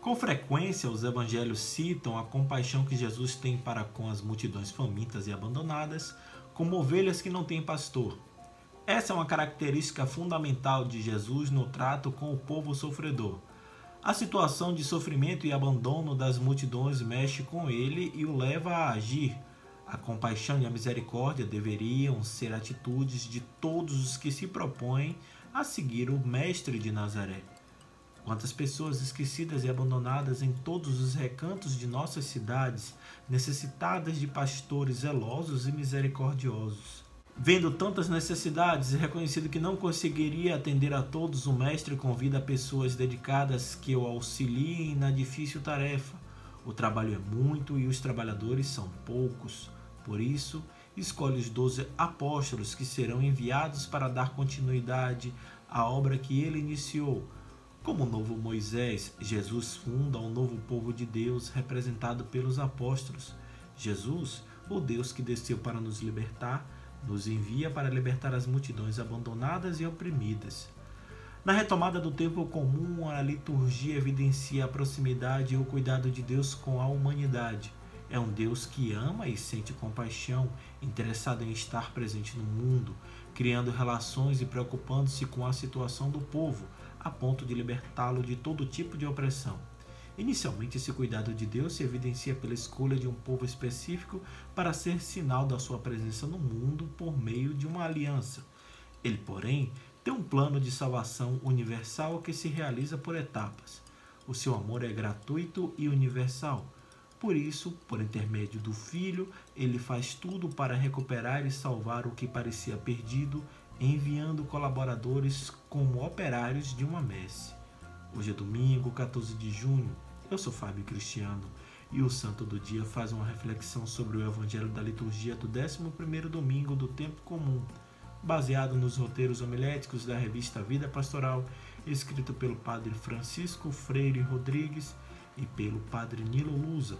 Com frequência, os evangelhos citam a compaixão que Jesus tem para com as multidões famintas e abandonadas, como ovelhas que não têm pastor. Essa é uma característica fundamental de Jesus no trato com o povo sofredor. A situação de sofrimento e abandono das multidões mexe com ele e o leva a agir. A compaixão e a misericórdia deveriam ser atitudes de todos os que se propõem a seguir o Mestre de Nazaré. Quantas pessoas esquecidas e abandonadas em todos os recantos de nossas cidades, necessitadas de pastores zelosos e misericordiosos. Vendo tantas necessidades e reconhecido que não conseguiria atender a todos, o Mestre convida pessoas dedicadas que o auxiliem na difícil tarefa. O trabalho é muito e os trabalhadores são poucos. Por isso, escolhe os 12 apóstolos que serão enviados para dar continuidade à obra que ele iniciou. Como o novo Moisés, Jesus funda um novo povo de Deus representado pelos apóstolos. Jesus, o Deus que desceu para nos libertar, nos envia para libertar as multidões abandonadas e oprimidas. Na retomada do tempo comum, a liturgia evidencia a proximidade e o cuidado de Deus com a humanidade. É um Deus que ama e sente compaixão, interessado em estar presente no mundo, criando relações e preocupando-se com a situação do povo, a ponto de libertá-lo de todo tipo de opressão. Inicialmente, esse cuidado de Deus se evidencia pela escolha de um povo específico para ser sinal da sua presença no mundo por meio de uma aliança. Ele, porém, tem um plano de salvação universal que se realiza por etapas. O seu amor é gratuito e universal. Por isso, por intermédio do Filho, ele faz tudo para recuperar e salvar o que parecia perdido, enviando colaboradores como operários de uma messe. Hoje é domingo, 14 de junho. Eu sou Fábio Cristiano e o Santo do Dia faz uma reflexão sobre o Evangelho da Liturgia do 11º domingo do Tempo Comum, baseado nos roteiros homiléticos da revista Vida Pastoral, escrito pelo Padre Francisco Freire Rodrigues e pelo Padre Nilo Lusa.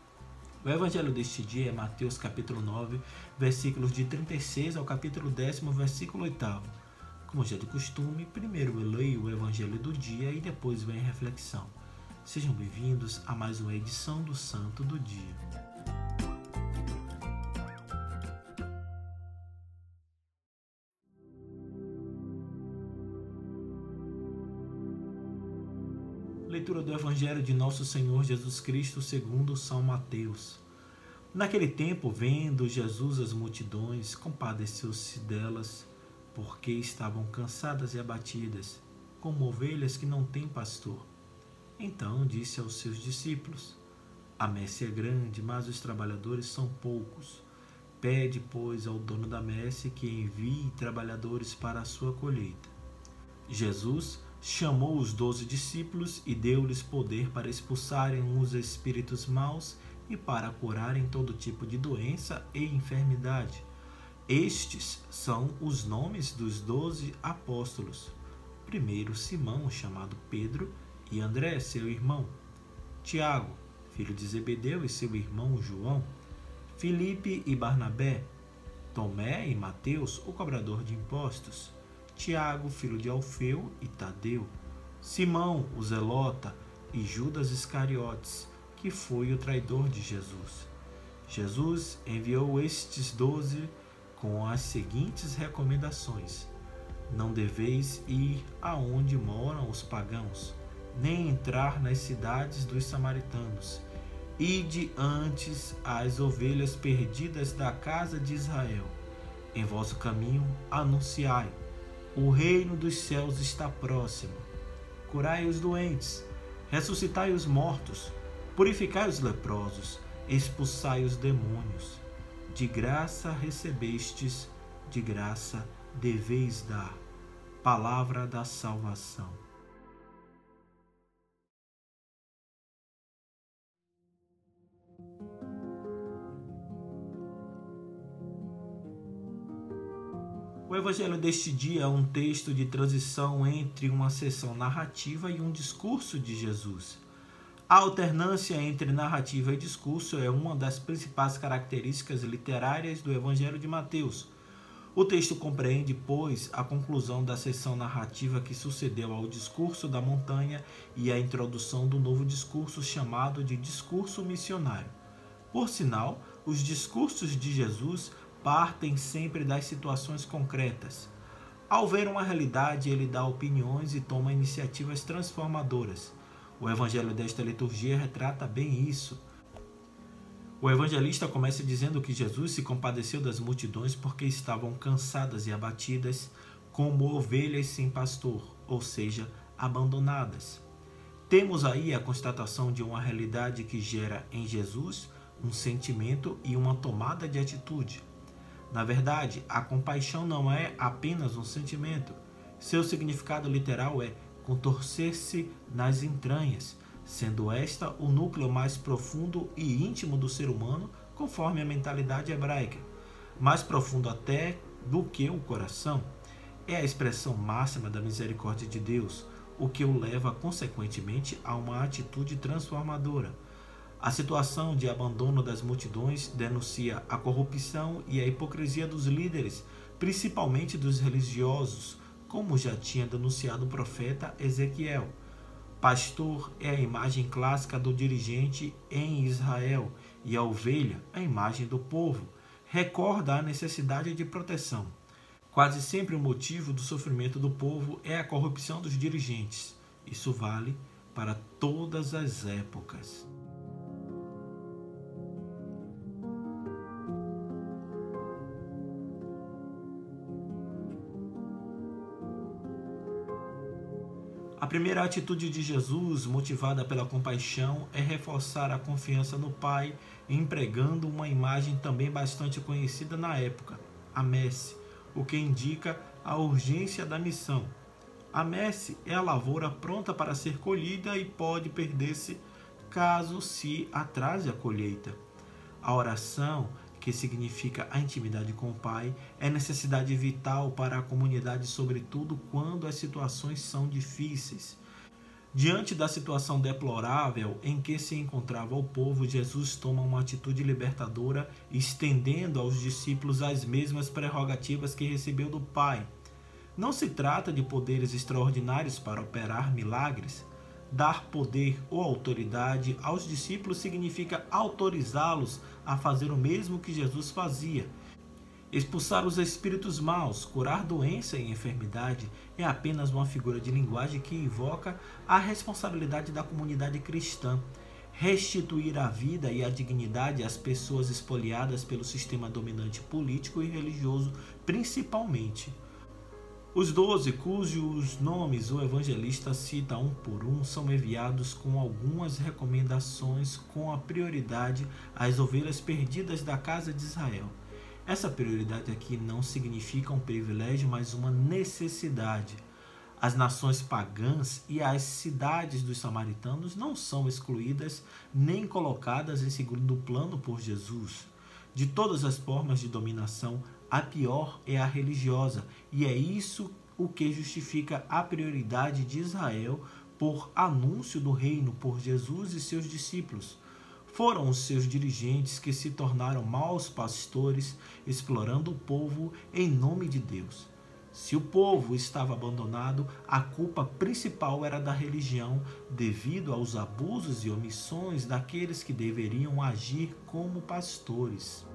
O Evangelho deste dia é Mateus capítulo 9, versículos de 36 ao capítulo 10, versículo 8. Como já de costume, primeiro eu leio o Evangelho do dia e depois vem a reflexão. Sejam bem-vindos a mais uma edição do Santo do Dia. Leitura do Evangelho de Nosso Senhor Jesus Cristo segundo São Mateus. Naquele tempo, vendo Jesus as multidões, compadeceu-se delas, porque estavam cansadas e abatidas, como ovelhas que não têm pastor. Então disse aos seus discípulos: A messe é grande, mas os trabalhadores são poucos. Pede, pois, ao dono da messe que envie trabalhadores para a sua colheita. Jesus chamou os 12 discípulos e deu-lhes poder para expulsarem os espíritos maus e para curarem todo tipo de doença e enfermidade. Estes são os nomes dos 12 apóstolos. Primeiro, Simão, chamado Pedro, e André, seu irmão. Tiago, filho de Zebedeu, e seu irmão João. Filipe e Barnabé. Tomé e Mateus, o cobrador de impostos. Tiago, filho de Alfeu, e Tadeu. Simão, o zelota, e Judas Iscariotes, que foi o traidor de Jesus. Jesus enviou estes 12 com as seguintes recomendações: Não deveis ir aonde moram os pagãos, nem entrar nas cidades dos samaritanos. Ide antes às ovelhas perdidas da casa de Israel. Em vosso caminho anunciai: o reino dos céus está próximo. Curai os doentes, ressuscitai os mortos, purificai os leprosos, expulsai os demônios. De graça recebestes, de graça deveis dar. Palavra da salvação. O Evangelho deste dia é um texto de transição entre uma sessão narrativa e um discurso de Jesus. A alternância entre narrativa e discurso é uma das principais características literárias do Evangelho de Mateus. O texto compreende, pois, a conclusão da seção narrativa que sucedeu ao discurso da montanha e a introdução do novo discurso chamado de discurso missionário. Por sinal, os discursos de Jesus partem sempre das situações concretas. Ao ver uma realidade, ele dá opiniões e toma iniciativas transformadoras. O evangelho desta liturgia retrata bem isso. O evangelista começa dizendo que Jesus se compadeceu das multidões porque estavam cansadas e abatidas, como ovelhas sem pastor, ou seja, abandonadas. Temos aí a constatação de uma realidade que gera em Jesus um sentimento e uma tomada de atitude. Na verdade, a compaixão não é apenas um sentimento. Seu significado literal é contorcer-se nas entranhas, sendo esta o núcleo mais profundo e íntimo do ser humano, conforme a mentalidade hebraica, mais profundo até do que o coração. É a expressão máxima da misericórdia de Deus, o que o leva consequentemente a uma atitude transformadora. A situação de abandono das multidões denuncia a corrupção e a hipocrisia dos líderes, principalmente dos religiosos, como já tinha denunciado o profeta Ezequiel. Pastor é a imagem clássica do dirigente em Israel e a ovelha, a imagem do povo. Recorda a necessidade de proteção. Quase sempre o motivo do sofrimento do povo é a corrupção dos dirigentes. Isso vale para todas as épocas. A primeira atitude de Jesus, motivada pela compaixão, é reforçar a confiança no Pai, empregando uma imagem também bastante conhecida na época, a messe, o que indica a urgência da missão. A messe é a lavoura pronta para ser colhida e pode perder-se caso se atrase a colheita. A oração, que significa a intimidade com o Pai, é necessidade vital para a comunidade, sobretudo quando as situações são difíceis. Diante da situação deplorável em que se encontrava o povo, Jesus toma uma atitude libertadora, estendendo aos discípulos as mesmas prerrogativas que recebeu do Pai. Não se trata de poderes extraordinários para operar milagres. Dar poder ou autoridade aos discípulos significa autorizá-los a fazer o mesmo que Jesus fazia. Expulsar os espíritos maus, curar doença e enfermidade é apenas uma figura de linguagem que invoca a responsabilidade da comunidade cristã. Restituir a vida e a dignidade às pessoas espoliadas pelo sistema dominante político e religioso, principalmente. Os 12, cujos nomes o evangelista cita um por um, são enviados com algumas recomendações com a prioridade às ovelhas perdidas da casa de Israel. Essa prioridade aqui não significa um privilégio, mas uma necessidade. As nações pagãs e as cidades dos samaritanos não são excluídas nem colocadas em segundo plano por Jesus. De todas as formas de dominação, a pior é a religiosa, e é isso o que justifica a prioridade de Israel por anúncio do reino por Jesus e seus discípulos. Foram os seus dirigentes que se tornaram maus pastores, explorando o povo em nome de Deus. Se o povo estava abandonado, a culpa principal era da religião, devido aos abusos e omissões daqueles que deveriam agir como pastores.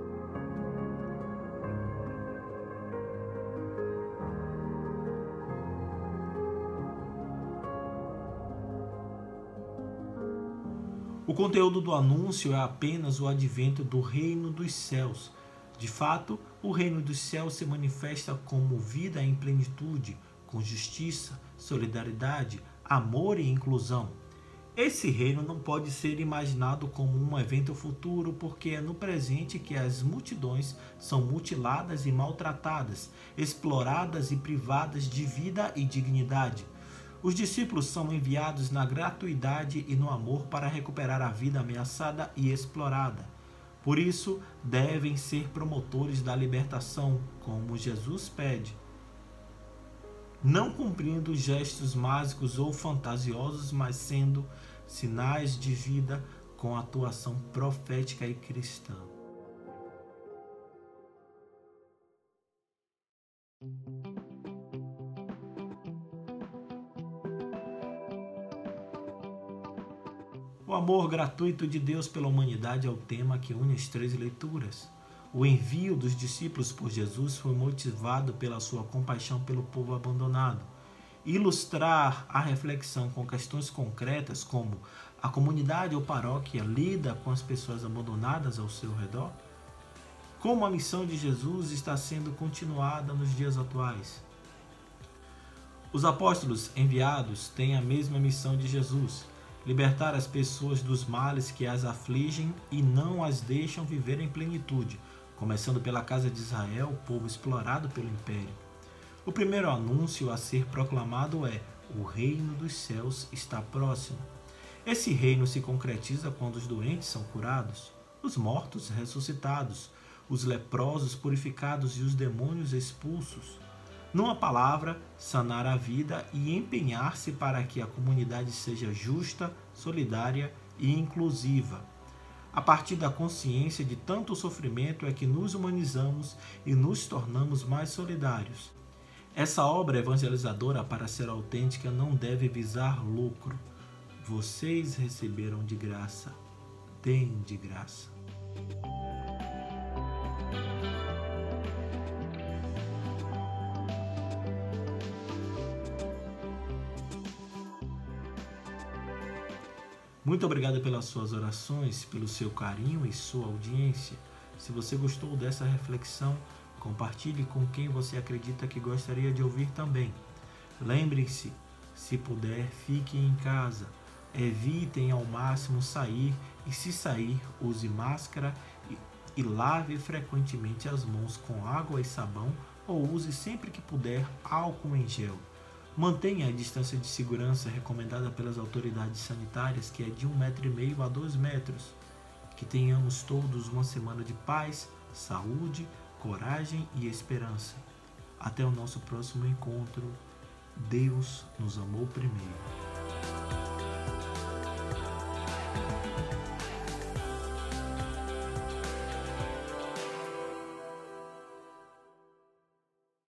O conteúdo do anúncio é apenas o advento do reino dos céus. De fato, o reino dos céus se manifesta como vida em plenitude, com justiça, solidariedade, amor e inclusão. Esse reino não pode ser imaginado como um evento futuro, porque é no presente que as multidões são mutiladas e maltratadas, exploradas e privadas de vida e dignidade. Os discípulos são enviados na gratuidade e no amor para recuperar a vida ameaçada e explorada. Por isso, devem ser promotores da libertação, como Jesus pede, não cumprindo gestos mágicos ou fantasiosos, mas sendo sinais de vida com atuação profética e cristã. amor gratuito de Deus pela humanidade é o tema que une as 3 leituras. O envio dos discípulos por Jesus foi motivado pela sua compaixão pelo povo abandonado. Ilustrar a reflexão com questões concretas como a comunidade ou paróquia lida com as pessoas abandonadas ao seu redor? Como a missão de Jesus está sendo continuada nos dias atuais? Os apóstolos enviados têm a mesma missão de Jesus: libertar as pessoas dos males que as afligem e não as deixam viver em plenitude, começando pela casa de Israel, povo explorado pelo império. O primeiro anúncio a ser proclamado é: o reino dos céus está próximo. Esse reino se concretiza quando os doentes são curados, os mortos ressuscitados, os leprosos purificados e os demônios expulsos. Numa palavra, sanar a vida e empenhar-se para que a comunidade seja justa, solidária e inclusiva. A partir da consciência de tanto sofrimento é que nos humanizamos e nos tornamos mais solidários. Essa obra evangelizadora, para ser autêntica, não deve visar lucro. Vocês receberam de graça, deem de graça. Muito obrigado pelas suas orações, pelo seu carinho e sua audiência. Se você gostou dessa reflexão, compartilhe com quem você acredita que gostaria de ouvir também. Lembre-se, se puder, fique em casa. Evitem ao máximo sair e, se sair, use máscara e lave frequentemente as mãos com água e sabão ou use sempre que puder álcool em gel. Mantenha a distância de segurança recomendada pelas autoridades sanitárias, que é de 1,5 m a 2 metros. Que tenhamos todos uma semana de paz, saúde, coragem e esperança. Até o nosso próximo encontro. Deus nos amou primeiro.